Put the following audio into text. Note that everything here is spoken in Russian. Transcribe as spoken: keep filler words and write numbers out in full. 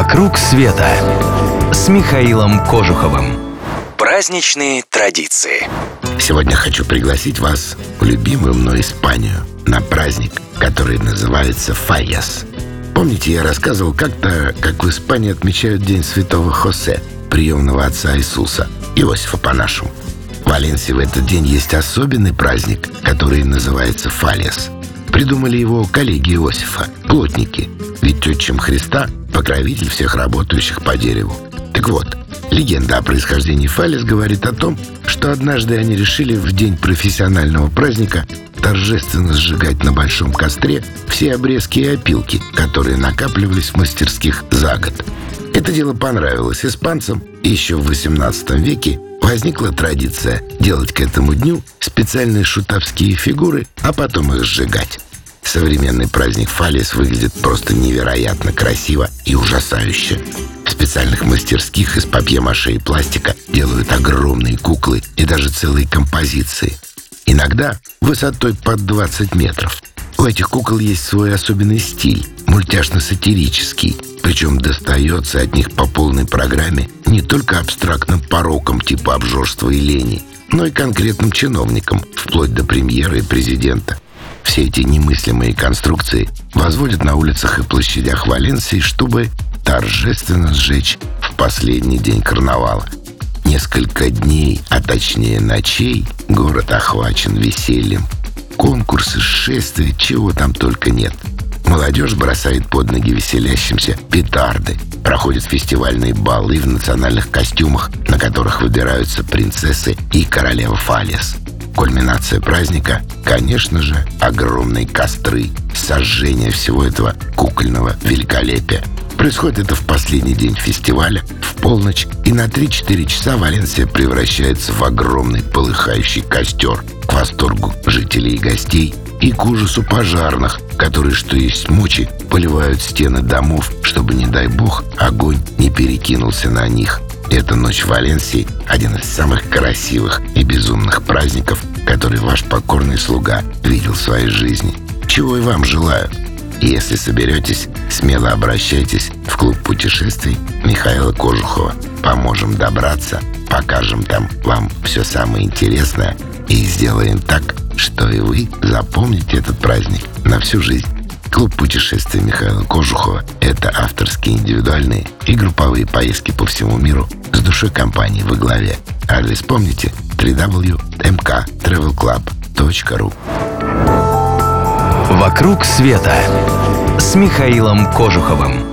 «Вокруг света» с Михаилом Кожуховым. Праздничные традиции. Сегодня хочу пригласить вас в любимую мной Испанию на праздник, который называется Фальяс. Помните, я рассказывал как-то, как в Испании отмечают День Святого Хосе, приемного отца Иисуса, Иосифа по-нашему. В Валенсии в этот день есть особенный праздник, который называется Фальяс. Придумали его коллеги Иосифа, плотники, ведь отчим Христа – покровитель всех работающих по дереву. Так вот, легенда о происхождении Фальяс говорит о том, что однажды они решили в день профессионального праздника торжественно сжигать на большом костре все обрезки и опилки, которые накапливались в мастерских за год. Это дело понравилось испанцам, и еще в восемнадцатом веке возникла традиция делать к этому дню специальные шутовские фигуры, а потом их сжигать. Современный праздник Фальяс выглядит просто невероятно красиво и ужасающе. В специальных мастерских из папье-маше и пластика делают огромные куклы и даже целые композиции. Иногда высотой под двадцать метров. У этих кукол есть свой особенный стиль, мультяшно-сатирический. Причем достается от них по полной программе не только абстрактным порокам типа обжорства и лени, но и конкретным чиновникам, вплоть до премьера и президента. Все эти немыслимые конструкции возводят на улицах и площадях Валенсии, чтобы торжественно сжечь в последний день карнавала. Несколько дней, а точнее ночей, город охвачен весельем. Конкурсы, шествия, чего там только нет. Молодежь бросает под ноги веселящимся петарды. Проходят фестивальные балы в национальных костюмах, на которых выбираются принцессы и королева Фальяс. Кульминация праздника, конечно же, огромные костры, сожжение всего этого кукольного великолепия. Происходит это в последний день фестиваля, в полночь, и на три-четыре часа Валенсия превращается в огромный полыхающий костер, к восторгу жителей и гостей и к ужасу пожарных, которые, что есть мочи, поливают стены домов, чтобы, не дай бог, огонь не перекинулся на них. Эта ночь в Валенсии – один из самых красивых и безумных праздников, который ваш покорный слуга видел в своей жизни. Чего и вам желаю. И если соберетесь, смело обращайтесь в клуб путешествий Михаила Кожухова. Поможем добраться, покажем там вам все самое интересное и сделаем так, что и вы запомните этот праздник на всю жизнь. Клуб путешествий Михаила Кожухова – это авторские, индивидуальные и групповые поездки по всему миру с душой компании во главе. Адрес помните? дабл ю дабл ю дабл ю точка эм ка трэвел клаб точка ру. «Вокруг света» с Михаилом Кожуховым.